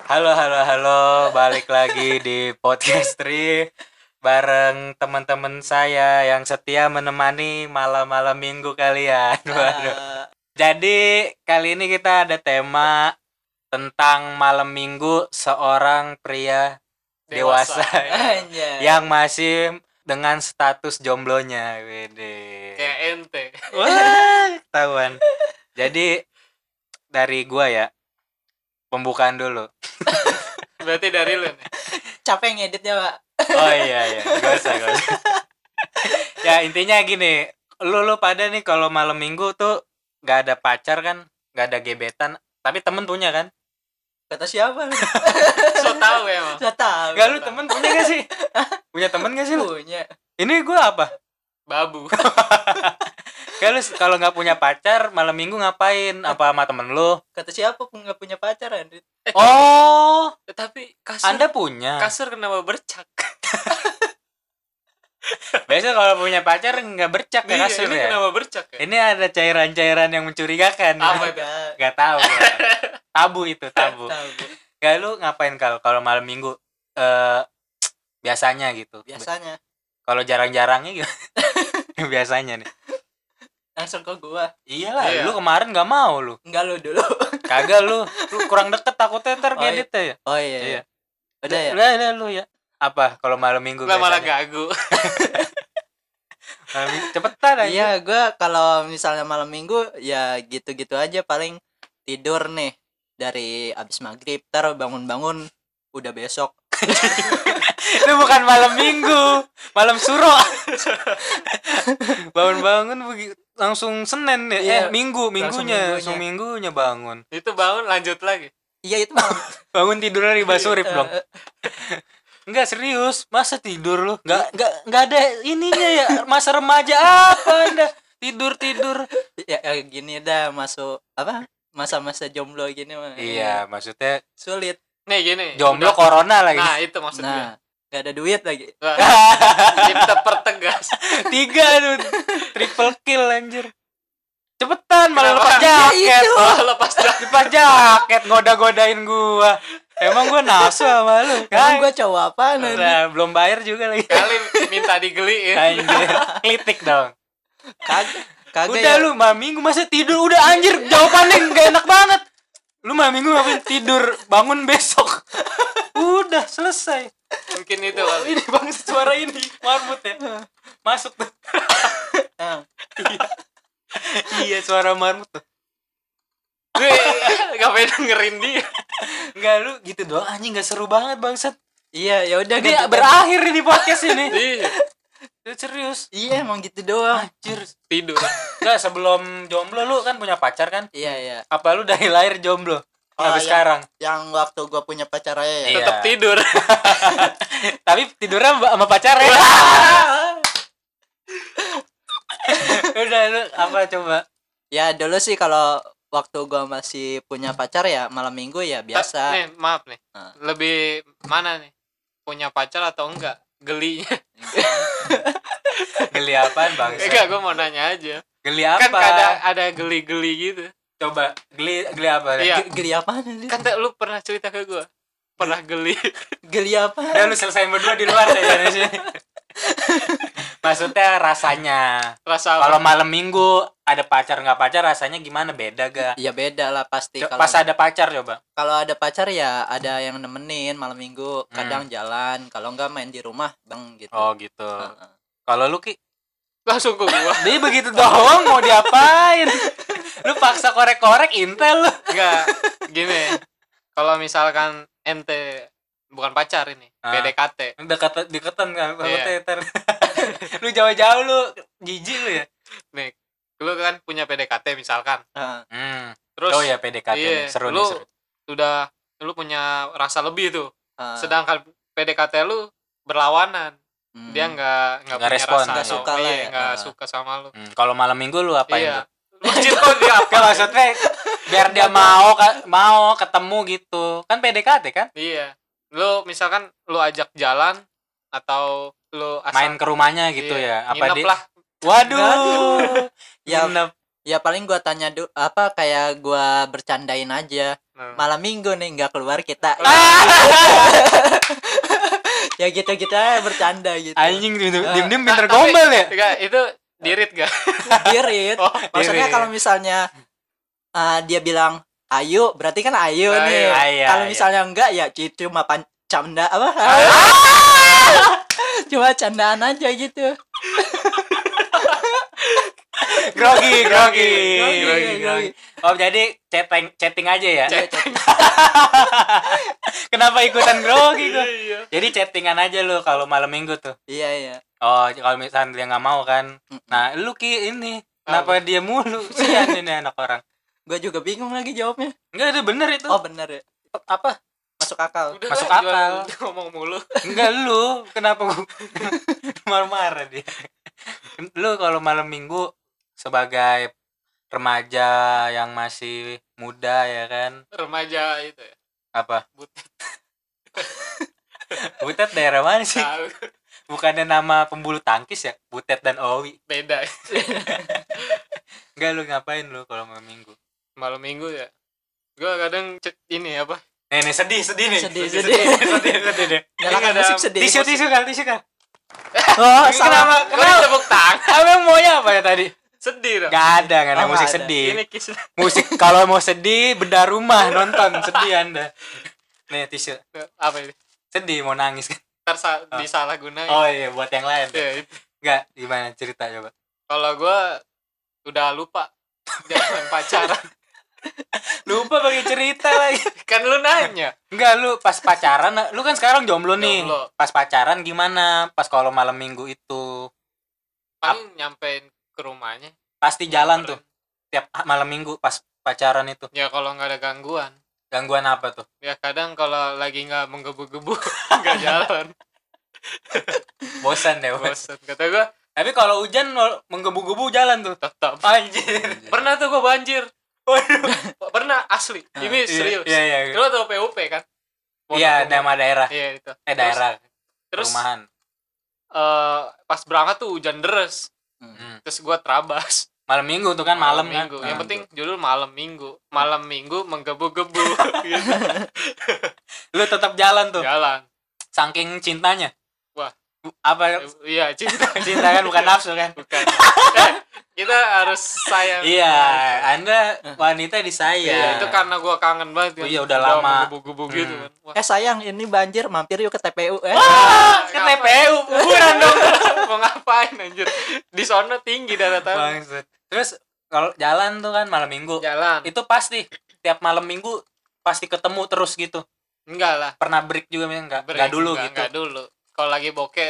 Halo, balik lagi di podcast Tri bareng teman-teman saya yang setia menemani malam-malam minggu kalian. Waduh. Jadi kali ini kita ada tema tentang malam minggu seorang pria dewasa Anjay. yang masih dengan status jomblonya. Wede. Kayak ente. Wah, ketahuan. Jadi dari gua ya, pembukaan dulu. Berarti dari lu nih. Capek ngeditnya, Pak. Oh iya, gak usah. Ya intinya gini, lu pada nih kalau malam minggu tuh gak ada pacar kan, gak ada gebetan, tapi temen punya kan? Kata siapa? So tahu ya, Mas. Gak tahu. Gak, lu temen punya gak sih? Punya temen gak sih lu? Punya. Ini gua apa? Babu. Kayak lu kalau gak punya pacar malam minggu ngapain? Apa sama temen lu? Kata siapa pun gak punya pacar, Andri? Oh, Tapi kasur. Anda punya. Kasur kenapa bercak? Biasa kalau punya pacar nggak bercak ke Iya, kasur ini ya. kenapa bercak ya? Ini ada cairan-cairan yang mencurigakan. Apa itu? Gak tahu. Tabu itu, tabu. Tahu. Kayak lu ngapain kalau malam minggu biasanya gitu. Biasanya Kalau jarang-jarangnya gitu. Biasanya nih. langsung ke gua. Iyalah, Iya. lu kemarin nggak mau lu. Enggak lu dulu. Kagak lu kurang deket takutnya ntar Oh, iya. ngedit ya. Oh iya. Udah ya. Udah lu ya. Apa kalau malam minggu Lah malah biasanya? gagu. Malam minggu cepetan aja. Iya, gua kalau misalnya malam minggu ya gitu-gitu aja, paling tidur nih dari abis maghrib, ntar bangun-bangun udah besok. Itu bukan malam minggu, malam suro. Bangun-bangun langsung Senin ya. Iya, Minggunya, minggunya. langsung minggunya bangun. Itu bangun lanjut lagi. Iya itu malam. Bangun tidurnya riba surip dong. Enggak serius, masa tidur lu? Enggak ada ininya ya, masa remaja apa Anda? Tidur. Ya gini dah, masuk apa? Masa-masa jomblo gini mah. Iya, maksudnya Sulit. Nih gini. jomblo udah- corona lagi. Nah, itu maksudnya. Nah, gak ada duit lagi. Wah, kita pertegas. 3 tuh. Triple kill anjir. Cepetan malah Kenapa? lepas jaket. itu. Oh, lepas dah. Lepas jaket ngoda-godain gua. Emang gua nafsu sama lu. Emang gua cowok apaan nih? Nah, belum bayar juga lagi. Kali minta digeliin. Anjir, klitik dong. Kagak Udah ya. lu malam minggu masa tidur udah anjir, jawabannya gak enak banget. Lu malam minggu ngapain tidur, bangun besok. Udah selesai. Mungkin itu kali. Ini bang suara ini marmut ya. Masuk tuh. Nah, Iya suara marmut tuh. Gue ngapain dengerin dia? Enggak lu gitu doang anjing gak seru banget bangsat. iya ya udah Ini gitu. berakhir ini podcast ini. Iya, Serius. Iya emang gitu doang. Anjir. tidur. Enggak sebelum jomblo lu kan punya pacar kan? Iya. Apa lu dari lahir jomblo? Sampai iya. sekarang. Yang waktu gua punya pacar aja ya. Iya. Tetap tidur. Tapi tidurnya sama pacar ya. Udah lu apa coba? Ya dulu sih kalau waktu gua masih punya pacar ya malam minggu ya biasa. Nih, maaf nih. Nah. Lebih mana nih? Punya pacar atau enggak? Gelinya. Geli apaan bang? Enggak, gue mau nanya aja. Geli apa? Kan ada geli-geli gitu. Coba geli apa? Iya. Geli apaan ini? Kan lu pernah cerita ke gue. Pernah geli. Geli apa? Udah lu selesai berdua di luar ya di sini. Maksudnya rasanya. Rasa Kalau malam minggu ada pacar nggak pacar rasanya gimana, beda gak? Ya beda lah pasti. Pas ada pacar coba. Kalau ada pacar ya ada yang nemenin malam minggu. Kadang jalan, kalau enggak main di rumah bang gitu. Oh gitu. Heeh. Kalau lu Ki, langsung ke gua. dia begitu doang mau diapain? Lu paksa korek-korek intel lu. Enggak. Gini. Kalau misalkan ente bukan pacar ini, PDKT. Deketan kan sama Iya. Teter. Lu jauh-jauh lu jijik lu ya. Nih, lu kan punya PDKT misalkan. Heeh. Terus Oh ya PDKT iya, nih, seru lu nih seru. lu punya rasa lebih tuh. Heeh. Sedangkan PDKT lu berlawanan. Hmm. Dia nggak Nggak punya respon, rasa, nggak atau- suka lah iya, ya. nggak Ah. suka sama lu. Kalau malam minggu lu apain Iya. tuh? Anjir kok dia apa? Kan maksudnya biar dia mau ketemu gitu. Kan PDKT kan? Iya. Lu misalkan lu ajak jalan atau lu asal Main ke rumahnya gitu iya, ya. Apa nginep dia? lah. Waduh. Ya, Nginep. Ya paling gua tanya kayak gua bercandain aja. Nah. Malam minggu nih nggak keluar kita. Ya gitu-gitu aja bercanda gitu. Anjing diem pinter Tapi- gombal ya. Enggak, itu dirit gak? Dirit. Oh, Maksudnya dirit. kalau misalnya dia bilang ayo, berarti kan ayo Ayo. nih. Ayo, Kalau ayo. misalnya enggak ya cuma canda apa? Cuma candaan aja gitu. Grogi. Grogi. Oh jadi chatting aja ya. Chat. Kenapa ikutan grogi gua? Iya. Jadi chattingan aja lu kalau malam minggu tuh. Iya. Oh, kalau misalnya dia nggak mau kan. Mm-mm. Nah, lu ini kenapa dia mulu? Sian ini anak orang. Gue juga bingung lagi jawabnya. Enggak, itu bener itu. Oh bener ya. Apa? Masuk akal. Udah Masuk lah, akal. ngomong mulu. Enggak lu, kenapa gua marah-marah dia. Lu kalau malam minggu sebagai remaja yang masih muda ya kan? Remaja itu ya. Apa? Butet. Butet daerah mana sih? Tahu. Bukannya nama pembulu tangkis ya? Butet dan Owi. Beda. Enggak, lu ngapain lu kalau malam minggu? Malam minggu ya. Gua kadang ini apa? Nih sedih nih. Sedih. sedih deh. Nyalakan ada musik sedih. Tisu kan. Oh, Kenapa? Kenapa tepuk tangan? Abang maunya apa ya tadi? Sedih dong. Gak ada Oh, musik nggak ada. sedih. Ini kiss. Musik kalau mau sedih bedah rumah nonton sedih Anda. Nih tisu. Apa ini? Sedih mau nangis kan. Disalahgunain. Oh iya buat yang lain. Iya, itu. Enggak, gimana cerita coba. Kalau gua udah lupa jangan pacaran. Lupa pakai cerita lagi. Kan lu nanya. Enggak, lu pas pacaran, lu kan sekarang jomblo nih. Jomblo. Pas pacaran gimana? Pas kalau malam minggu itu Paling nyampein ke rumahnya. pasti jalan tuh tiap malam minggu pas pacaran itu. Ya kalau nggak ada gangguan. Gangguan apa tuh? Ya kadang kalau lagi nggak menggebu-gebu nggak jalan. Bosan deh. Bosan. Kata gua Tapi kalau hujan menggebu-gebu jalan tuh. tetap. Anjir. Pernah tuh gua banjir. Waduh. Pernah asli. Ini serius. Iya. Lu tau PUP kan? Iya, Pondok nama daerah. Iya itu. Daerah Terus perumahan. pas berangkat tuh hujan deres. Hmm. Terus gua terabas. Malam minggu tuh kan malam kan. minggu. Yang penting judul malam minggu. Malam minggu menggebu-gebu. Gitu. Lu tetap jalan tuh. Jalan. Saking cintanya. Wah. Apa Iya cinta. cinta kan bukan nafsu kan? Bukan. Kita harus sayang. Iya, Anda wanita disayang. Iya, itu karena gua kangen banget. Oh iya, udah lama. Menggebu-gebu gitu kan. Wah. Sayang ini banjir, mampir yuk ke TPU. Ke TPU kuburan dong. Mau ngapain anjir? Di sono tinggi daratan. Bangsat. Terus kalau jalan tuh kan malam minggu. Jalan. Itu pasti tiap malam minggu pasti ketemu terus gitu. Enggak lah. Pernah break juga enggak? Break Enggak dulu juga, gitu. Enggak dulu. Kalau lagi bokeh.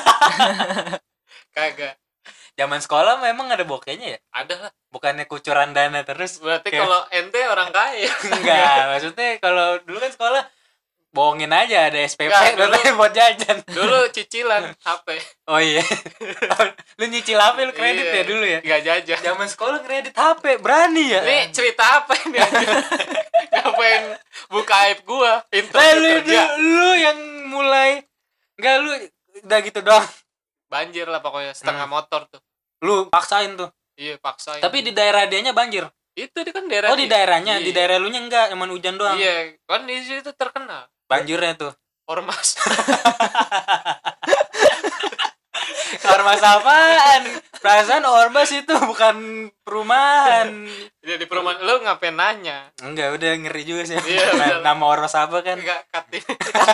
Kagak. Zaman sekolah memang ada bokehnya ya? Ada lah. Bukannya kucuran dana terus. Berarti Kayak- kalau ente orang kaya. enggak, maksudnya kalau dulu kan sekolah bohongin aja ada SPP Enggak, dulu- katanya buat jajan. Dulu cicilan HP. Oh iya. Lu nyicil HP lu kredit Iya. ya dulu ya? Enggak jajan. Zaman sekolah kredit HP, berani ya? Ini cerita apa ini anjir? Ngapain buka aib gua? Lah, Interview kerja. lu yang mulai enggak lu udah gitu doang. Banjir lah pokoknya setengah motor tuh. Lu paksain tuh. Iya paksain. Tapi di daerah dianya banjir. itu dia kan daerah Oh, di daerahnya, Iya. di daerah lu nya enggak, emang hujan doang. Iya, kan di situ terkenal Banjirnya tuh. ormas. Ormas apaan? Perasaan ormas itu bukan perumahan. Dia di perumahan lu ngapain nanya? Enggak, udah ngeri juga sih. Iya, udah. Nama ormas apa kan? Enggak katin.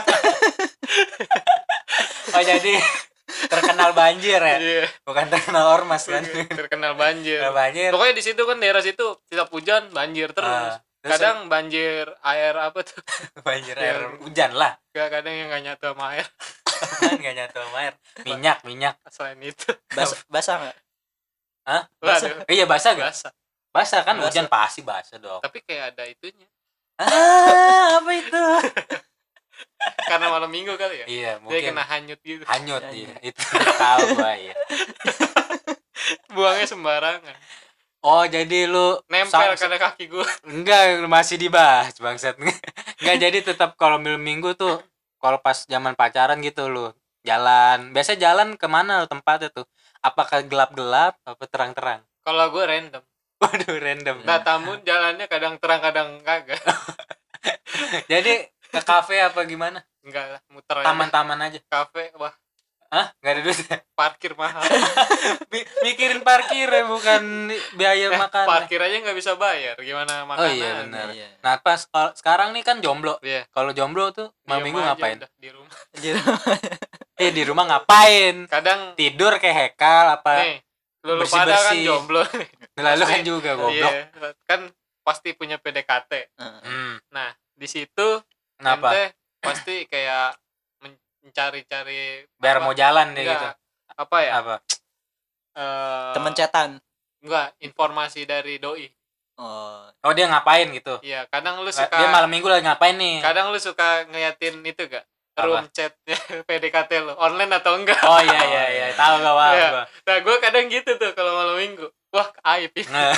Oh, jadi terkenal banjir ya? Iya. Bukan terkenal ormas kan? Terkenal banjir. Terkenal banjir. Pokoknya di situ kan daerah situ setiap hujan banjir terus. Terus Kadang banjir air apa tuh? banjir air hujan lah. Kadang yang enggak nyatu sama air. Kan enggak nyatu sama air. Minyak. Selain itu. Basah nggak? Hah? Waduh, Iya, basah gak? basah. Basah kan Basah. hujan pasti basah dong. Tapi kayak ada itunya. Apa itu? Karena malam minggu kali ya. Iya, Dia mungkin kena hanyut gitu. hanyut iya. Itu tahu gua ya. Buangnya sembarangan. Oh, jadi lu Nempel karena kaki gua. enggak masih dibahas bangsat. Enggak, jadi tetap kalau malam minggu tuh kalau pas zaman pacaran gitu lu jalan. Biasa jalan kemana lu tempatnya tuh? Apakah gelap-gelap apa terang-terang? Kalau gua random. Waduh, random. Nah, tamu jalannya kadang terang kadang kagak. Jadi ke kafe apa gimana? Enggak lah, muter aja. Taman-taman aja. Kafe, wah, Hah? Gak ada duit ya? parkir mahal. Mikirin parkir ya, bukan biaya makan. Parkir aja nggak bisa bayar, gimana Oh iya makanan? benar. Iya. Nah pas sekarang nih kan jomblo. Iya. Kalau jomblo tuh malam Diem minggu aja ngapain? udah di rumah. Gitu. Di rumah ngapain? Kadang Tidur kayak Hekal apa? nih, lu pada kan bersih-bersih. jomblo. Lalu Pasti- kan juga goblok. Iya, kan pasti punya PDKT. Heeh. Nah, di situ Kenapa? ente pasti kayak mencari-cari Biar apa? mau jalan deh Enggak, gitu. apa ya? Apa? Temen chatan. Enggak, informasi dari doi. Oh, Oh dia ngapain gitu? Iya, kadang lu Dia suka malam minggu lagi ngapain nih? kadang lu suka ngeliatin itu gak? Apa? Room chatnya PDKT lu online atau enggak? Oh iya. Tahu gak paham Iya. gua. Nah, gue kadang gitu tuh kalau malam minggu. Wah, aib ini. Nah.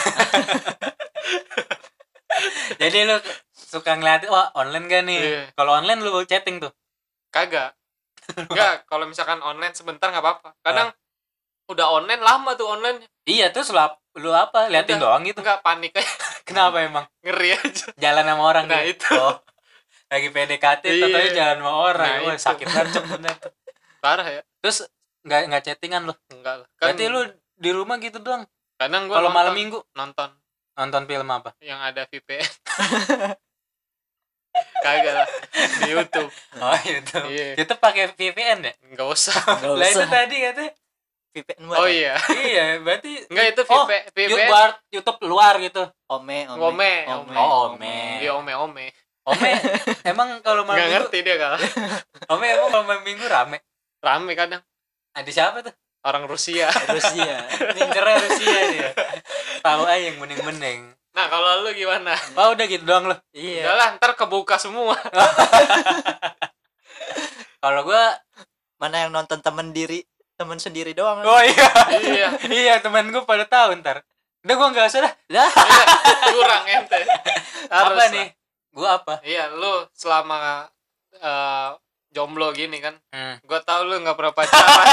Jadi lu suka ngeliatin, wah online gak nih? Iya. Kalau online lu chatting tuh. Kagak. Enggak, kalau misalkan online sebentar nggak apa-apa. Kadang udah online lama tuh online. Iya terus lu apa? Liatin Udah. doang gitu. Enggak, panik aja. Kenapa emang? Ngeri aja. Jalan sama orang Nah, gitu. itu. Oh. Lagi PDKT Iya. tapi jalan sama orang. Nah, Wah, itu. sakit banget bener. Parah ya? Terus nggak chattingan lu. Enggak lah. Kan Berarti lu di rumah gitu doang. kadang gua Kalau malam nonton- minggu nonton nonton film apa? yang ada VPN. Kagak lah, di YouTube. Oh, YouTube. Iya. YouTube pakai VPN ya? Enggak usah. Nggak Lah itu usah. tadi katanya. VPN buat Oh apa? iya. Iya, berarti Enggak, itu Oh, VPN. buat YouTube luar gitu. Ome. Ome. Oh, Ome. Iya, ome. Ome, emang kalau malam Enggak minggu, ngerti dia kalah. Ome emang kalau malam minggu rame. Rame kadang Ada siapa tuh? orang Rusia. Rusia. Ngincernya Rusia dia. Tahu aja yang bening-bening. Nah, kalau lu gimana? Oh, udah gitu doang loh. Iya. Udah lah, ntar kebuka semua. Kalau gua Mana yang nonton temen sendiri doang. oh iya. Iya. Iya, temen gua pada tahu ntar. Udah gua enggak usah dah. Lah, Iya, kurang ente. Harus Apa lah. nih? Gua apa? Iya, lu selama jomblo gini kan. Hmm. Gua tahu lu nggak pernah pacaran.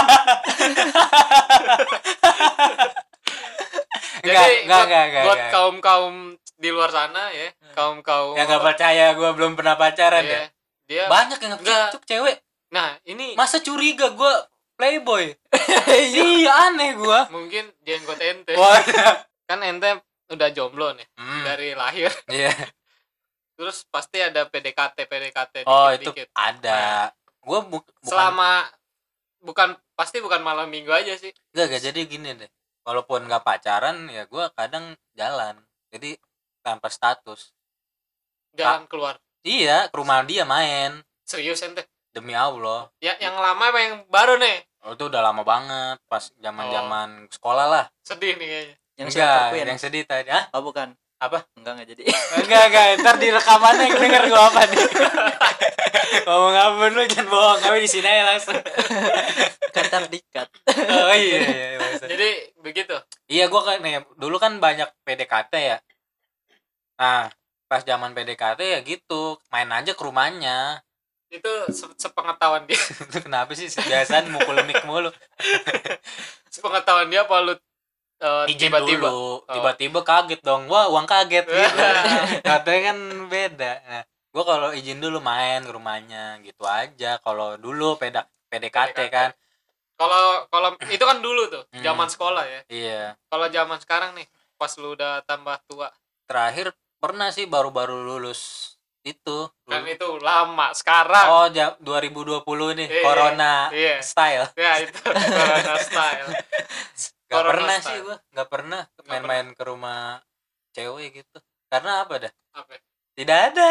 Enggak. Buat kaum-kaum di luar sana ya, kaum-kaum Ya enggak percaya gua belum pernah pacaran iya, ya. dia Banyak yang Enggak. nge cewek. Nah, ini Masa curiga gua playboy? Iya, aneh gua. mungkin jenggot ente. Wah. Kan ente udah jomblo nih dari lahir. Iya. Terus pasti ada PDKT Oh, itu dikit-dikit. ada. Gua bukan Selama pasti bukan malam minggu aja sih. enggak jadi gini deh. Walaupun nggak pacaran ya gua kadang jalan. Jadi tanpa status. Jalan keluar. Iya, ke rumah dia main. Serius ente? Demi Allah. Ya, yang lama apa yang baru nih? Oh, itu udah lama banget pas zaman-zaman sekolah lah. Sedih nih kayaknya. yang Enggak, Silver Queen. yang sedih tadi. Hah? Oh, bukan. Apa? Enggak jadi. Enggak. Ntar di rekamannya yang denger gua apa nih. Ngomong apa lu, jangan bohong. Kami di sini aja langsung. Kantar dikat. Oh iya. Maksud. Jadi begitu. Iya, gua kan nih dulu kan banyak PDKT ya. Nah, pas zaman PDKT ya gitu, main aja ke rumahnya. Itu sepengetahuan dia. Itu kenapa sih biasanya mukul mic mulu? Sepengetahuan dia apa lu Izin tiba-tiba? dulu, tiba-tiba kaget dong. Wah, uang kaget gitu. Katanya kan beda. Nah, gua kalau izin dulu main ke rumahnya gitu aja. Kalau dulu PDKT kan. Kalau itu kan dulu tuh, zaman sekolah ya. Iya. Kalau zaman sekarang nih, pas lu udah tambah tua, Terakhir pernah sih baru-baru lulus itu. kan itu lama. Sekarang Oh, 2020 nih, Iya, Corona iya. style. ya itu Corona style. Gak Corona pernah style. sih gua, gak pernah main-main ke rumah cewek gitu. Karena apa dah? Apa? Tidak ada.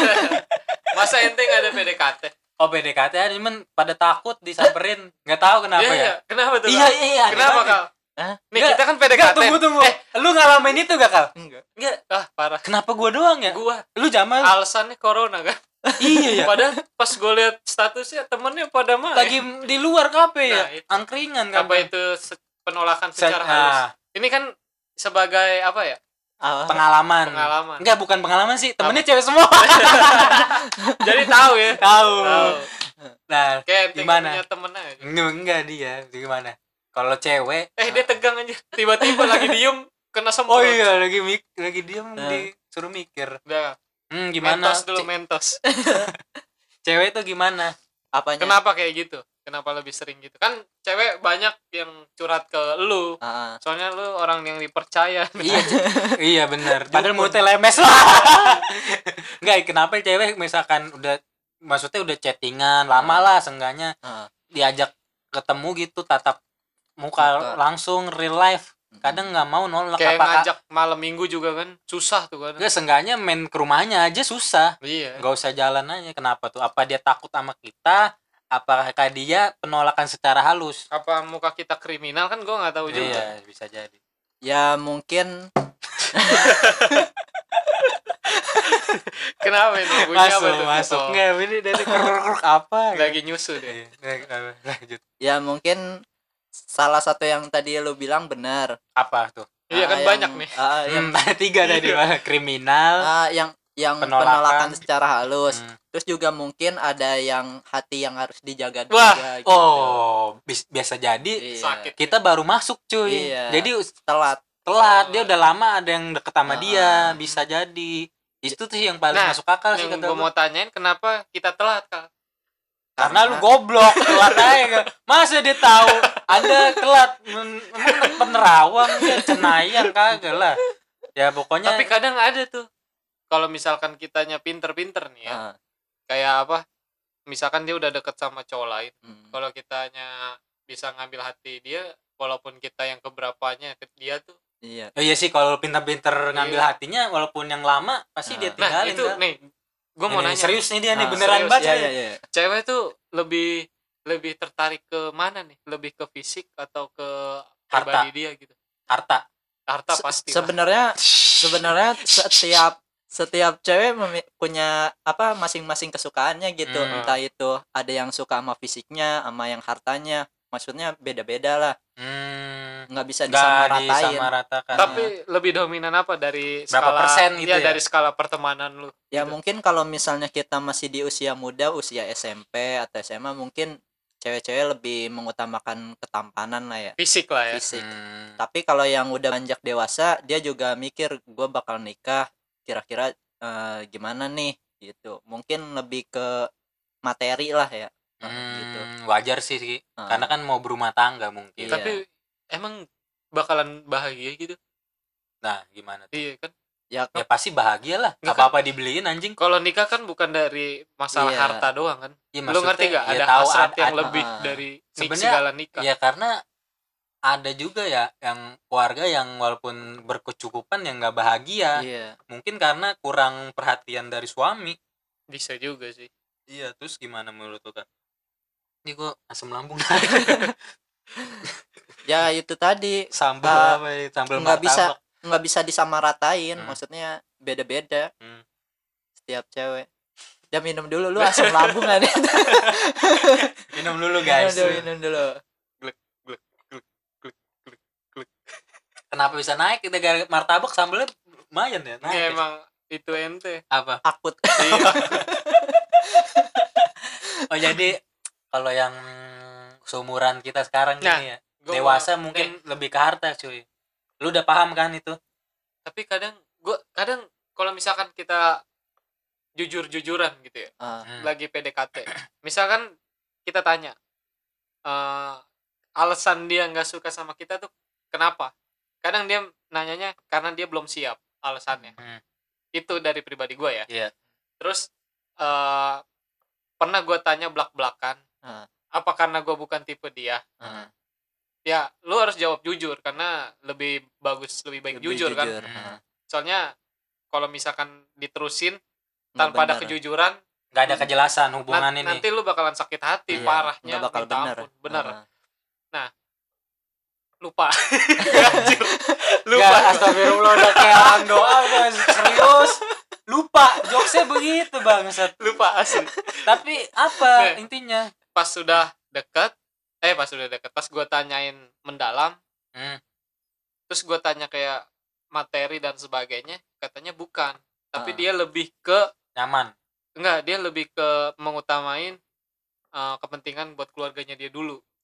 Masa ente nggak ada PDKT? Oh, PDKT ada, cuman pada takut disamperin. Gak tahu kenapa Iya, ya. iya. Kenapa tuh? Iya, Kal? iya. aneh Kenapa banget. Kal? Hah? Nih Nggak, kita kan PDKT. Enggak, tunggu. Lu ngalamin itu gak, Kal? Enggak. Enggak. Ah, parah. Kenapa gua doang ya? Gua Lu Jamal. alasannya Corona kan. Iya ya. Padahal pas gue lihat statusnya temennya pada main. Lagi di luar kafe ya. Nah, itu. Angkringan kan. apa itu penolakan secara halus. Nah, Ini kan sebagai apa ya? pengalaman. Pengalaman. Enggak, bukan pengalaman sih. Temennya cewek semua. Jadi tahu ya. Tahu. Tahu. Nah, Kayak ente gimana? punya temen aja. enggak dia. Gimana? Kalau cewek, Dia tegang aja. Tiba-tiba lagi diem, kena semprot. Oh iya, lagi diam disuruh mikir. Udah. Gimana? Mentos dulu, mentos. Cewek tuh gimana? Apanya? Kenapa kayak gitu? Kenapa lebih sering gitu? Kan cewek banyak yang curhat ke lu. Ah, Soalnya lu orang yang dipercaya. Iya, iya benar. Padahal mulutnya lemes lah. Enggak, kenapa cewek misalkan maksudnya udah chattingan lama lah, seenggaknya diajak ketemu gitu tatap muka langsung real life. Kadang nggak mau nolak. Kayak ngajak malam minggu juga kan susah tuh kan. Enggak, seenggaknya main ke rumahnya aja susah. Iya. Nggak usah jalan aja. Kenapa tuh? Apa dia takut sama kita? Apakah dia penolakan secara halus? Apa muka kita kriminal kan gua nggak tahu juga. Iya, bisa jadi. ya mungkin Kenapa ini? Bunyi apa tuh? Masuk. Oh, Nggak, ini dari keruk apa? lagi nyusu deh. Lanjut. ya mungkin salah satu yang tadi lu bilang benar. Apa tuh? Iya kan yang- banyak nih. yang Tiga tadi, kriminal. yang Penolakan. penolakan secara halus. Hmm. Terus juga mungkin ada yang hati yang harus dijaga Wah, juga gitu. Oh, biasa jadi Iya. Sakit. kita baru masuk cuy. Iya. Jadi Telat. dia udah lama ada yang deket sama dia, bisa jadi. Itu tuh yang paling Nah, masuk akal sih Yang kata gue gua. mau tanyain kenapa kita telat, Kak? Karena lu goblok, telat aja. Masa dia tahu Anda telat penerawang ya cenayang kagak lah. Ya pokoknya Tapi kadang ada tuh. Kalau misalkan kitanya pinter-pinter nih ya. Kayak apa? Misalkan dia udah deket sama cowok lain. Kalau kitanya bisa ngambil hati dia, walaupun kita yang keberapanya ke dia tuh. Iya. oh iya sih, kalau pinter-pinter ngambil hatinya walaupun yang lama pasti dia Nah tinggalin itu kan. nih, gue mau nanya. Serius nih dia nih beneran serius. banget. Iya. Cewek tuh lebih tertarik ke mana nih? Lebih ke fisik atau ke pribadi dia gitu? Harta. Harta pasti. Sebenarnya setiap cewek punya apa masing-masing kesukaannya gitu. Entah itu ada yang suka sama fisiknya, sama yang hartanya. Maksudnya beda-beda lah. Nggak bisa disamaratakan. Tapi lebih dominan apa dari berapa skala persen gitu ya? dari skala pertemanan lu? Ya gitu. mungkin kalau misalnya kita masih di usia muda, usia SMP atau SMA, mungkin cewek-cewek lebih mengutamakan ketampanan lah ya. Fisik lah ya. Fisik. Tapi kalau yang udah beranjak dewasa, dia juga mikir gue bakal nikah, kira-kira gimana nih gitu. Mungkin lebih ke materi lah ya. Gitu. Wajar sih, karena kan mau berumah tangga mungkin. Iya. Tapi emang bakalan bahagia gitu? Nah, gimana tuh? Iya kan? Ya Ya pasti bahagia lah. Nggak Apa-apa dibeliin anjing. Kalau nikah kan bukan dari masalah Iya. harta doang kan? Ya, Lu ngerti gak? ya Ada tahu hasrat yang ada- lebih dari Sebenarnya, segala nikah. ya karena ada juga ya yang keluarga yang walaupun berkecukupan yang nggak bahagia. Iya. Mungkin karena kurang perhatian dari suami. Bisa juga sih. Iya, terus gimana menurut lu kan? Ini gua asam lambung. Ya itu tadi Sambal apa ya? Sambal martabak. nggak bisa disamaratain. Maksudnya beda-beda. Setiap cewek. Udah minum dulu, lu asam lambung kan? Minum dulu guys. Minum dulu. Kenapa bisa naik? Kita gara martabak sambalnya lumayan ya. Naik Ini ya? emang itu ente. Apa? Akut. Iya. Oh jadi kalau yang seumuran kita sekarang Nah, ini ya, gua dewasa mau- mungkin lebih ke harta cuy. Lu udah paham kan itu? Tapi kadang kalau misalkan kita jujur-jujuran gitu ya, lagi PDKT. Misalkan kita tanya alasan dia nggak suka sama kita tuh kenapa? Kadang dia nanyanya karena dia belum siap alasannya. Itu dari pribadi gue ya. Iya. Terus pernah gue tanya belak-belakan, apa karena gue bukan tipe dia? Ya lu harus jawab jujur karena lebih baik jujur kan. Soalnya kalau misalkan diterusin tanpa ada kejujuran, nggak ada kejelasan hubungan ini. nanti lu bakalan sakit hati parahnya, nggak bakal minta bener. ampun. Bener. Nah, Lupa. Nggak, astagfirullah, udah kayak orang doa udah serius. Lupa, jokesnya begitu bangsat. Lupa asli. Tapi apa Nih. intinya? Pas sudah dekat, pas gue tanyain mendalam, terus gue tanya kayak materi dan sebagainya, katanya bukan. Tapi dia lebih ke Nyaman. dia lebih ke mengutamain kepentingan buat keluarganya dia dulu.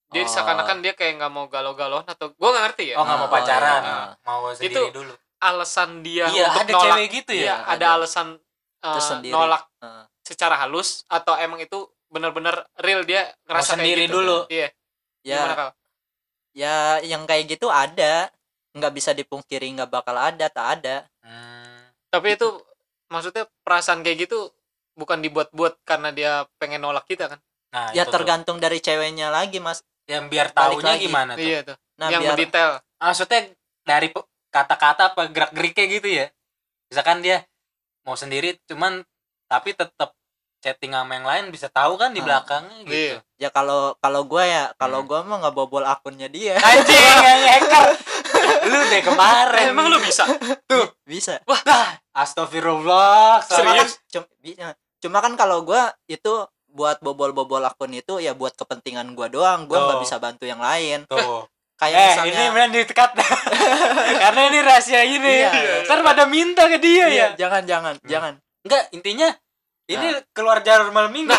Dia seakan-akan dia kayak nggak mau galau-galauan atau gue nggak ngerti ya. Oh, nggak mau pacaran, iya. mau sendiri Itu dulu. alasan dia Iya, untuk ada nolak. cewek gitu ya. Iya, ada alasan Tersendiri. nolak secara halus atau emang itu benar-benar real dia ngerasa Mau sendiri kayak gitu. dulu. Iya. Ya, Gimana Kal? ya yang kayak gitu ada, nggak bisa dipungkiri, nggak bakal ada, tak ada. Tapi itu maksudnya perasaan kayak gitu bukan dibuat-buat karena dia pengen nolak kita kan? Nah, Ya itu tergantung dari ceweknya lagi, Mas. tuh. Yang biar Balik taunya lagi. gimana tuh. Iya tuh. Nah, yang biar mendetail. Maksudnya dari kata-kata apa gerak-geriknya gitu ya. Misalkan dia mau sendiri cuman tapi tetap chatting sama yang lain, bisa tahu kan di belakangnya gitu. Iya. ya kalau gue ya, kalau gue mah nggak bobol akunnya dia. Anjing, yang hacker. Lu deh kemarin. Emang lu bisa? Tuh, Bisa. wah, astagfirullah. Serius? Cuma kan kalau gue itu buat bobol akun itu ya buat kepentingan gue doang, gue nggak Tuh. bisa bantu yang lain. Tuh. Kayak Ini misalnya main di-cut. Karena ini rahasia ini. Iya. Ntar pada minta ke dia iya, ya. jangan. Enggak, intinya ini keluar jalur malam minggu.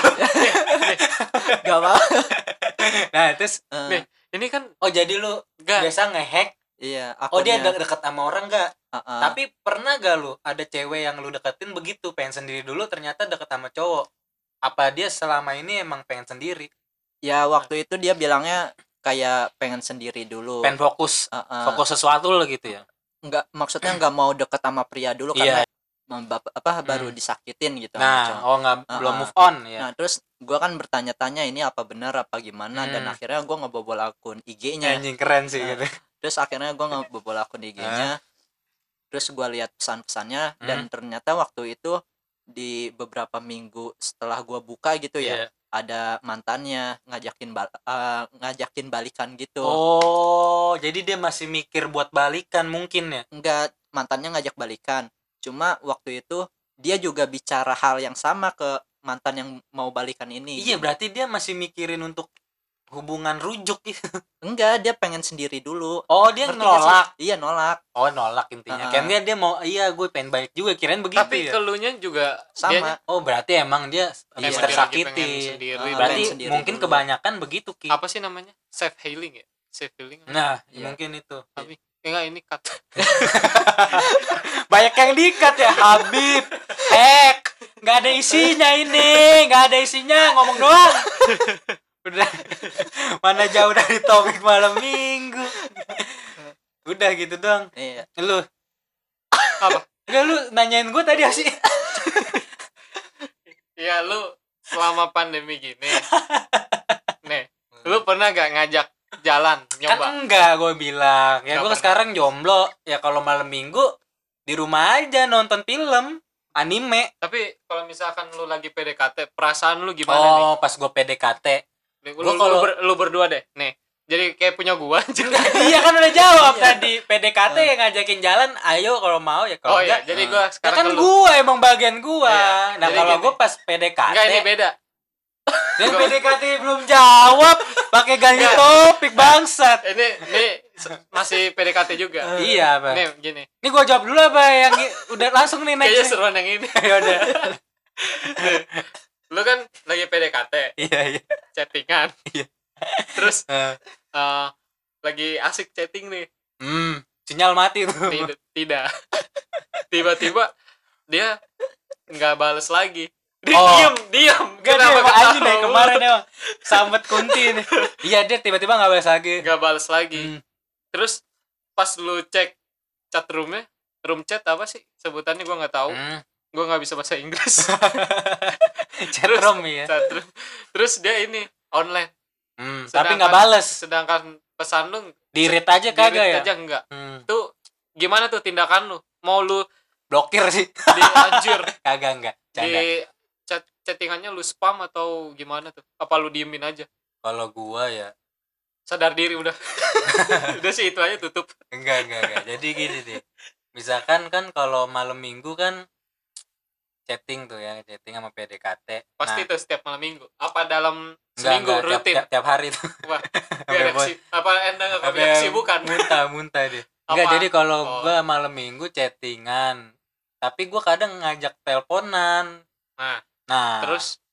Gak mau. Nah, terus Nih, ini kan oh jadi lu enggak. biasa ngehack. Iya, Oh, dia akunnya. deket sama orang enggak? Heeh. Tapi pernah gak lu ada cewek yang lu deketin begitu, pengen sendiri dulu ternyata deket sama cowok? Apa dia selama ini emang pengen sendiri? Ya waktu itu dia bilangnya kayak pengen sendiri dulu. Pengen fokus, fokus sesuatu lo gitu ya? Enggak, maksudnya nggak mau deket sama pria dulu Iya. karena baru disakitin gitu. Nah, sama cowok. belum move on ya. Nah terus gue kan bertanya-tanya ini apa benar apa gimana, dan akhirnya gue ngebobol akun IG-nya. Anjing keren sih gitu. Terus akhirnya gue ngebobol akun IG-nya. Terus gue lihat pesan-pesannya dan ternyata waktu itu di beberapa minggu setelah gue buka gitu ya, ada mantannya ngajakin balikan gitu. Oh, jadi dia masih mikir buat balikan mungkin ya? Enggak, mantannya ngajak balikan. Cuma waktu itu dia juga bicara hal yang sama ke mantan yang mau balikan ini. Iya, berarti dia masih mikirin untuk hubungan rujuk gitu. Enggak, dia pengen sendiri dulu. Oh, dia Ngerti gak sih? nolak. Iya, nolak. Oh, nolak intinya. Kayaknya dia mau, iya gue pengen balik juga. Kirain begitu Tapi ya. keluhnya juga Sama. Oh, berarti emang dia habis Emang dia lagi pengen tersakiti. sendiri. Berarti pengen sendiri mungkin dulu. kebanyakan begitu, Ki. apa sih namanya? Self healing ya? Self healing. Nah, Iya. mungkin itu. Tapi enggak, ini cut. Banyak yang dikat ya, Habib. Hack. Nggak ada isinya ini. Nggak ada isinya, ngomong doang. Udah. Mana jauh dari topik malam minggu. Udah gitu doang. Iya. Lu. Apa? Enggak, lu nanyain gue tadi sih. Ya lu selama pandemi gini. Nih, lu pernah gak ngajak jalan Kan nyoba? enggak, gue bilang. Ya Nggak gue pernah. sekarang jomblo. Ya kalau malam minggu di rumah aja nonton film, anime. Tapi kalau misalkan lu lagi PDKT, perasaan lu gimana nih? Oh, pas gue PDKT. Lu, lu berdua deh, nih. Jadi kayak punya gua aja. Iya kan udah jawab Iya. tadi. PDKT yang ngajakin jalan, ayo kalau mau ya, kalau Oh iya, enggak. jadi gua Ya sekarang kan ke lu. gue emang bagian gue. Iya, Nah jadi kalau gini. gue pas PDKT, Enggak, ini beda. dia PDKT belum jawab, pakai ganti Enggak. topik bangsat. Ini masih PDKT juga. Iya, Pak. Nih, gini. Ini gue jawab dulu apa yang udah langsung nih Kayaknya next. seruan yang ini. Ya udah. Lu kan lagi PDKT, Iya, iya. chattingan. Iya. Terus Eh, lagi asik chatting nih. sinyal mati tuh. Tidak. Tiba-tiba dia nggak bales lagi. Dia Oh. diam. Gak, dia Kenapa emang anjing dari ketawa? kemarin emang sambet kunti nih. Iya, dia tiba-tiba gak balas lagi. Nggak bales lagi. Hmm. Terus pas lu cek chat roomnya, room chat apa sih sebutannya gua nggak tahu. Hmm. Gua nggak bisa bahasa Inggris. Chat room ya. Chat room. Terus dia ini online. Tapi gak bales. Sedangkan pesan lu Di-read aja kagak ya? aja enggak. Hmm. Tuh gimana tuh tindakan lu? Mau lu Blokir sih. dianjir Kagak enggak. Canda. di chattingannya lu spam atau gimana tuh? Apa lu diemin aja? Kalau gua ya Sadar diri udah. Udah sih itu aja tutup. enggak. Jadi gini deh. Misalkan kan kalau malam minggu kan chatting tuh ya, chatting sama PDKT. Pasti Nah, tuh setiap malam minggu. Apa dalam enggak, seminggu rutin? tiap hari tuh. Wah, Sampai reaksi apa enda enggak reaksi bukan? Muntah deh. Enggak, Apa? jadi kalau Oh. gua malam minggu chattingan. Tapi gua kadang ngajak teleponan. Nah, Nah, terus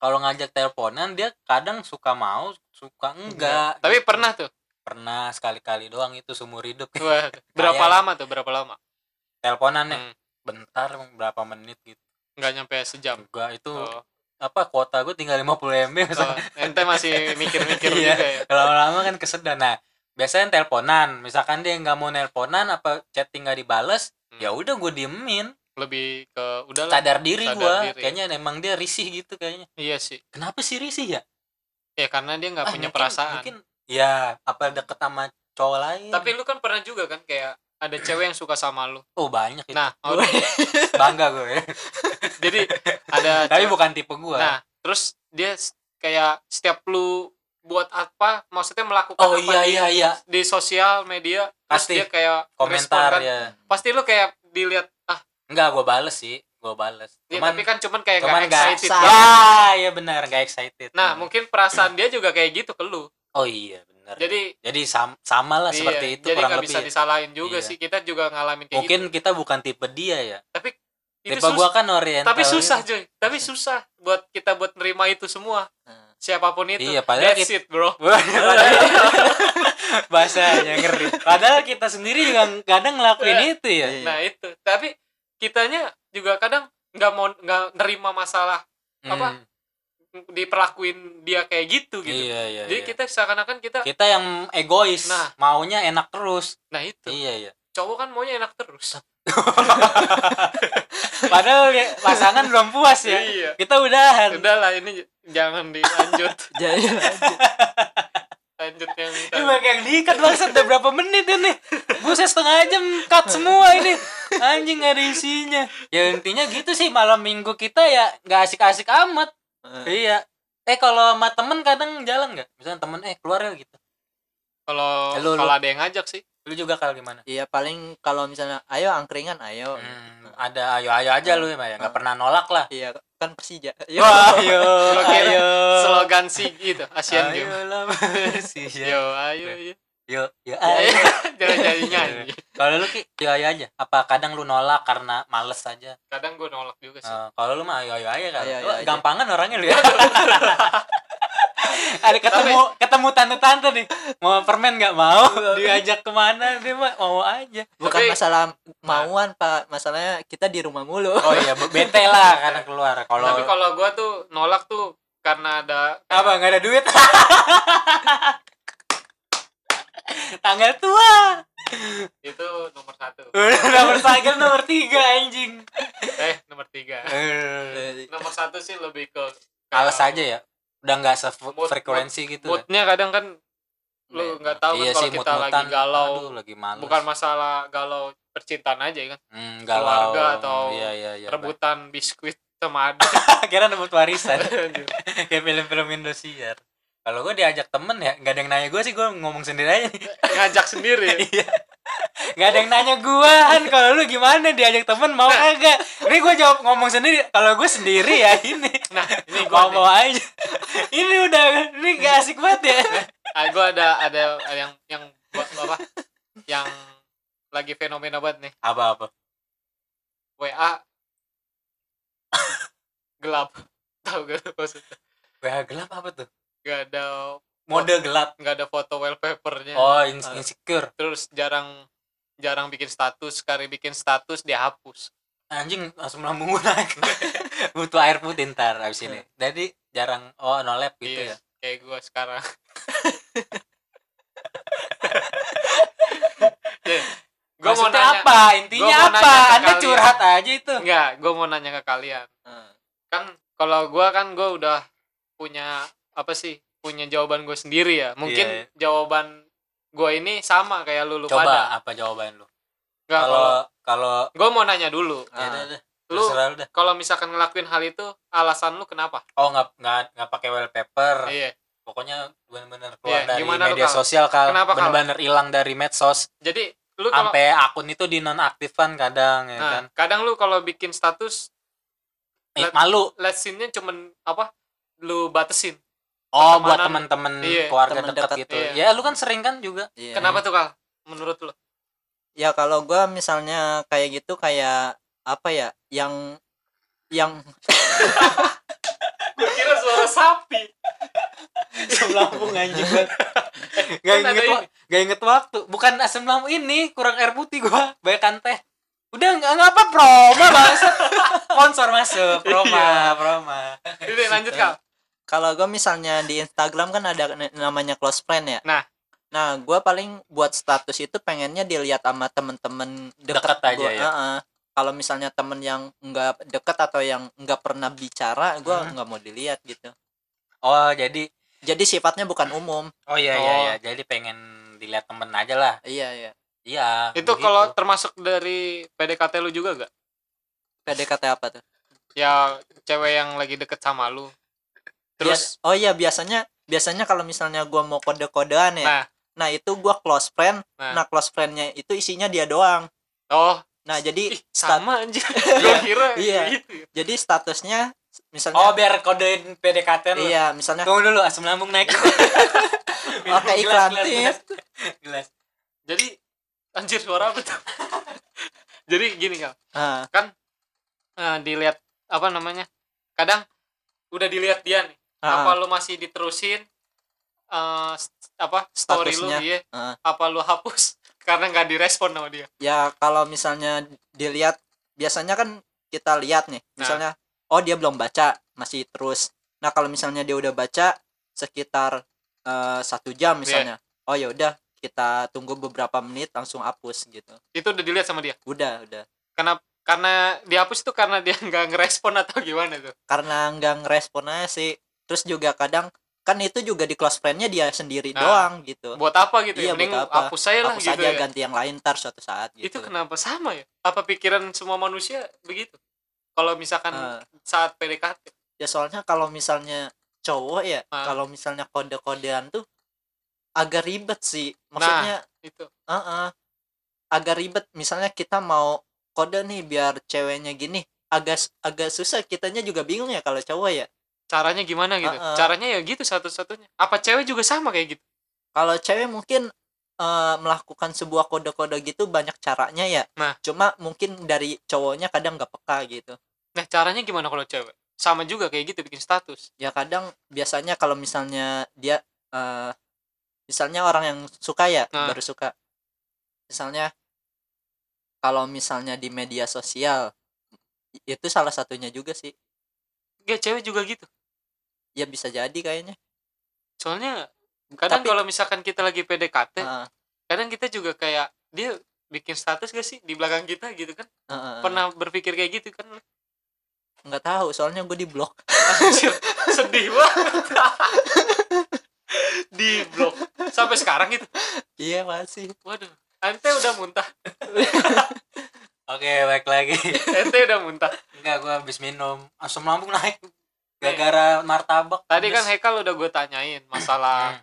kalau ngajak teleponan dia kadang suka mau, suka enggak. Tapi pernah tuh. Pernah sekali-kali doang itu seumur hidup. Wah, berapa lama tuh? Berapa lama? Teleponannya bentar, berapa menit gitu. Nggak nyampe sejam. Enggak, itu apa, kuota gue tinggal 50 MB. Ente masih mikir-mikir iya, juga ya. lama-lama kan kesedan. Nah, biasanya teleponan, misalkan dia nggak mau nelponan apa chatting nggak dibales, ya udah gue diemin. Lebih ke udahlah, sadar diri gue kayaknya emang dia risih gitu kayaknya. Iya sih. Kenapa sih risih ya? Ya karena dia nggak punya perasaan. Mungkin ya apa deket sama cowok lain. Tapi lu kan pernah juga kan kayak ada cewek yang suka sama lu. Oh banyak itu. Nah, bangga gue. Jadi ada tapi bukan tipe gue. Nah, terus dia kayak setiap lu buat apa, maksudnya melakukan iya. di sosial media, pasti dia kayak komentar kan, ya. Pasti lu kayak dilihat enggak, gue bales sih, ya, tapi kan cuman kayak gak excited kan. Ya benar, gak excited. Nah, mungkin perasaan dia juga kayak gitu ke lu. Oh iya benar. Jadi sama lah seperti itu. Jadi nggak bisa disalahin juga sih, kita juga ngalamin kayak mungkin gitu. kita bukan tipe dia ya. Tapi tipe gua kan oriental. Tapi susah Joy. Tapi susah buat kita buat nerima itu semua. Siapapun itu. Iya, padahal that's it bro. Bahasanya ngeri. Padahal kita sendiri juga kadang ngelakuin itu ya. Nah itu. Tapi kitanya juga kadang nggak nerima masalah apa diperlakuin dia kayak gitu. Iya. Jadi kita seakan-akan kita yang egois. Nah, maunya enak terus. Nah itu. Iya. Cowok kan maunya enak terus. Padahal ya, pasangan belum puas ya. Iya. Kita udahan. Udahlah, ini jangan dilanjut. Lanjut yang ini banyak yang diikat bangsat. Udah berapa menit ini? Buset, setengah jam cut semua ini. Anjing gak ada isinya. Ya intinya gitu sih, malam minggu kita ya gak asik-asik amat. Iya. Kalau sama temen kadang jalan gak? Misalnya temen keluar ya gitu. Kalau ada yang ngajak sih. Lu juga kalau gimana? Iya, paling kalau misalnya ayo angkringan, ayo. Ada ayo aja lu ya, nggak pernah nolak lah. Iya, kan Persija. Ayo. Slogan sih gitu, Asian Games. Ayo lah Persija. Yo. Ayo. Jangan jadi nyanyi. Kalau lu Ki, ayo aja. Apa kadang lu nolak karena males aja? Kadang gue nolak juga sih. Kalau lu mah ayo aja kan. Ayo aja. Gampangan orangnya lu ya. Ada ketemu tante-tante nih, mau permen nggak mau, diajak kemana dia mah mau aja. Bukan masalah mauan Pak, masalahnya kita di rumah mulu. Oh iya, bete lah karena keluar. Tapi kalau gua tuh nolak tuh karena ada nggak ada duit. Tanggal tua itu nomor 1. nomor 3 nomor 3 anjing. Nomor 3. Nomor 1 sih lebih ke alas aja ya. Udah nggak sefrekuensi gitu. Moodnya kadang kan lu nggak tahu kan kalau kita lagi galau. Lagi males. Bukan masalah galau percintaan aja kan. Galau keluarga atau rebutan biskuit sama adik. Kira rebut warisan. Kayak film-film Indosiar. Kalau gue diajak temen ya nggak ada yang nanya gue sih, gue ngomong sendiri aja nih. Ngajak sendiri. Iya. Nggak ada yang nanya gue kan, kalau lu gimana diajak temen mau kagak? Ini gue jawab ngomong sendiri. Kalau gue sendiri ya ini. Nah ini gue mau aja. Ini udah ini gak asik banget ya. Gue ada yang apa? Yang lagi fenomena banget nih. Apa? WA gelap. Tahu gak maksudnya? WA gelap apa tuh? Gak ada mode gelap, nggak ada foto wallpapernya. Oh, insecure. Terus jarang bikin status, sekali bikin status dihapus. Anjing, langsung lambung naik. Butuh air putih ntar abis ini. Jadi jarang no lab gitu ya. Kayak gue sekarang. Gue mau nanya apa? Intinya apa? Anda curhat aja itu. Enggak, gue mau nanya ke kalian. Kan kalau gue udah punya punya jawaban gue sendiri ya. Mungkin jawaban gue ini sama kayak lu Coba, pada. apa jawaban lu? Kalau gue mau nanya dulu. Lu kalau misalkan ngelakuin hal itu, alasan lu kenapa? Oh, nggak pakai wallpaper. Iya. Pokoknya benar-benar keluar dari media lu, sosial benar-benar hilang dari medsos. Jadi lu sampai akun itu dinonaktifkan kadang ya kan. Kadang lu kalau bikin status malu. Lesinnya cuman lu batesin. Oh, buat teman-teman keluarga dekat gitu. Iya. Ya lu kan sering kan juga. Iya. Kenapa tuh Kal? Menurut lu? Ya kalau gua misalnya kayak gitu, kayak apa ya? Yang Gue kira suara lambung anjing gua. Gak inget waktu. Bukan asam lambung ini, kurang air putih gua, banyakan teh. Udah enggak apa Proma bangsa. Sponsor masuk, Proma. Udah lanjut Kal. Kalau gue misalnya di Instagram kan ada namanya close friend ya. Nah, gue paling buat status itu pengennya dilihat sama temen-temen Dekat aja gua. ya. Kalau misalnya temen yang nggak deket atau yang nggak pernah bicara, gue nggak mau dilihat gitu. Oh, jadi sifatnya bukan umum. Oh iya. Jadi pengen dilihat temen aja lah. Iya. Iya. Itu begitu. kalau termasuk dari PDKT lu juga gak? PDKT apa tuh? Ya cewek yang lagi deket sama lu. Terus biasanya kalau misalnya gue mau kode-kodean ya. Nah itu gue close friend. Nah close friendnya itu isinya dia doang. Oh. Nah jadi sama anjir. Gue kira iya. gitu. Jadi statusnya misalnya biar kodein PDKT lu. Iya, misalnya tunggu dulu asam lambung naik. Oke, iklan Gelas. Jadi anjir suara apa tuh? Jadi gini Kal. Kan dilihat apa namanya? Kadang udah dilihat dia nih. Apa lu masih diterusin story statusnya lu dia? Apa lu hapus karena nggak direspon sama dia? Ya kalau misalnya dilihat, biasanya kan kita lihat nih, misalnya dia belum baca, masih terus. Nah kalau misalnya dia udah baca sekitar 1 jam misalnya, oh ya udah kita tunggu beberapa menit langsung hapus gitu. Itu udah dilihat sama dia? Udah. Karena dihapus itu karena dia nggak ngerespon atau gimana tuh? Karena nggak ngerespon aja sih. Terus juga kadang kan itu juga di close friend-nya dia sendiri doang gitu. Buat apa gitu? Iya, Mending buat apa? hapus saya lah hapus gitu aja, ya. ganti yang lain ntar suatu saat gitu. Itu kenapa sama ya? Apa pikiran semua manusia begitu? Kalau misalkan saat PDKT? Ya soalnya kalau misalnya cowok ya, kalau misalnya kode-kodean tuh agak ribet sih. Maksudnya itu. Agak ribet. Misalnya kita mau kode nih biar ceweknya gini, agak susah, kitanya juga bingung ya kalau cowok ya. Caranya gimana gitu? Caranya ya gitu satu-satunya. Apa cewek juga sama kayak gitu? Kalau cewek mungkin melakukan sebuah kode-kode gitu banyak caranya ya. Cuma mungkin dari cowoknya kadang nggak peka gitu. Nah caranya gimana kalau cewek? Sama juga kayak gitu bikin status? Ya kadang biasanya kalau misalnya dia misalnya orang yang suka ya, baru suka. Misalnya kalau misalnya di media sosial, itu salah satunya juga sih. Gak, cewek juga gitu? Ya bisa jadi kayaknya. Soalnya kadang kalau misalkan kita lagi PDKT, kadang kita juga kayak dia bikin status gak sih di belakang kita gitu kan? Pernah berpikir kayak gitu kan? Nggak tahu, soalnya gue di blok. Sedih banget. Di blok sampai sekarang gitu? Iya masih. Waduh, ente udah muntah. Oke, baik lagi. Ente udah muntah? Enggak, gue habis minum, asam lambung naik gara-gara martabak. Tadi kan Hekal udah gue tanyain masalah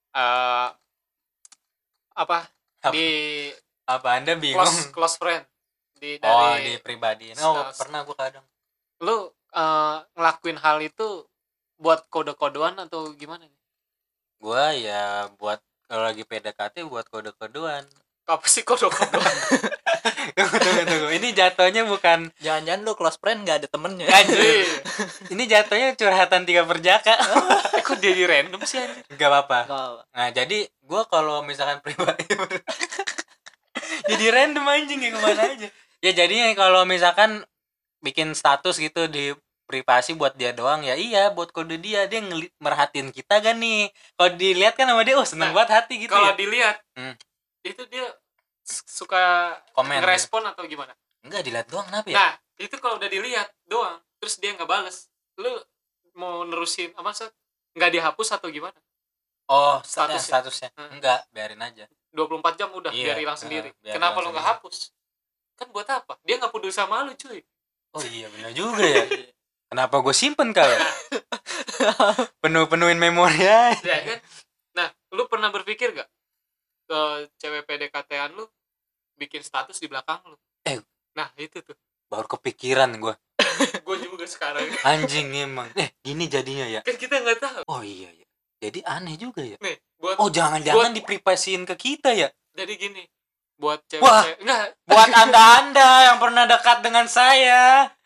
apa Anda bingung? Close friend di pribadi. Pernah gue kadang. Lu ngelakuin hal itu buat kode-kodean atau gimana? Gua ya buat kalau lagi PDKT buat kode-kodean. Apa sih kode-kodean? Tunggu. Ini jatuhnya bukan. Jangan-jangan lu close friend gak ada temennya. Ini jatuhnya curhatan 3 perjaka. Kok jadi random sih anjir? Gak apa-apa. Nah jadi gue kalau misalkan pribadi jadi random anjing ya kemana aja. Ya jadinya kalau misalkan bikin status gitu di privasi buat dia doang, ya iya buat kode dia merhatiin kita kan nih. Kalau dilihat kan sama dia seneng banget hati gitu. Kalau ya? Dilihat itu dia suka komen ngerespon gitu? Atau gimana? Enggak, dilihat doang kenapa ya? Nah itu kalau udah dilihat doang terus dia nggak bales, lu mau nerusin apa sih? Nggak dihapus atau gimana? Oh statusnya. Enggak, biarin aja 24 jam udah biar hilang sendiri. Kenapa lu nggak hapus? Kan buat apa? Dia nggak peduli sama lu cuy. Oh iya benar juga ya. Kenapa gue simpen kali? Penuhin memori aja. Ya kan? Nah, lu pernah berpikir gak ke cewek PDKT-an lu bikin status di belakang lu? Nah, itu tuh. Baru kepikiran gue. Gue juga sekarang. Anjing emang. Gini jadinya ya. Kan kita nggak tahu. Oh iya ya. Jadi aneh juga ya. Nih, jangan-jangan diprivasiin ke kita ya. Jadi gini, buat cewek. Buat anda yang pernah dekat dengan saya,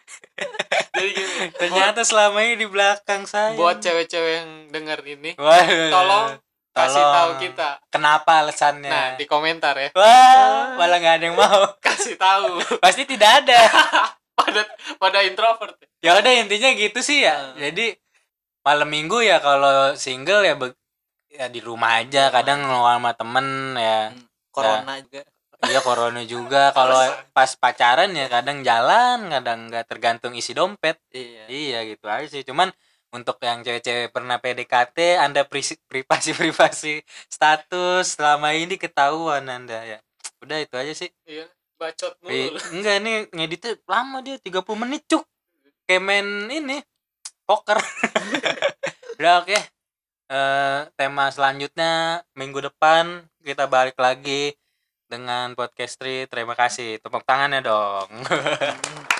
Jadi gini, Ternyata selama ini di belakang saya. buat cewek-cewek yang denger ini, Waduh. tolong kasih tahu kita. Kenapa alasannya? Nah, di komentar ya. Wah, malah nggak ada yang mau. Kasih tahu. Pasti tidak ada. pada introvert. Ya udah intinya gitu sih ya. Jadi malam minggu ya kalau single ya ya di rumah aja. Kadang ngeluar sama temen ya. Corona juga. Iya corona juga. Kalau pas pacaran ya kadang jalan, kadang nggak, tergantung isi dompet. Iya gitu aja sih. Cuman untuk yang cewek-cewek pernah PDKT, Anda privasi status selama ini ketahuan Anda ya. Udah itu aja sih. Iya, bacot mulu. Enggak, ini ngeditnya lama dia 30 menit cuk. Kayak main ini poker. Udah oke. Tema selanjutnya minggu depan kita balik lagi dengan podcast Tri. Terima kasih. Tepuk tangannya dong.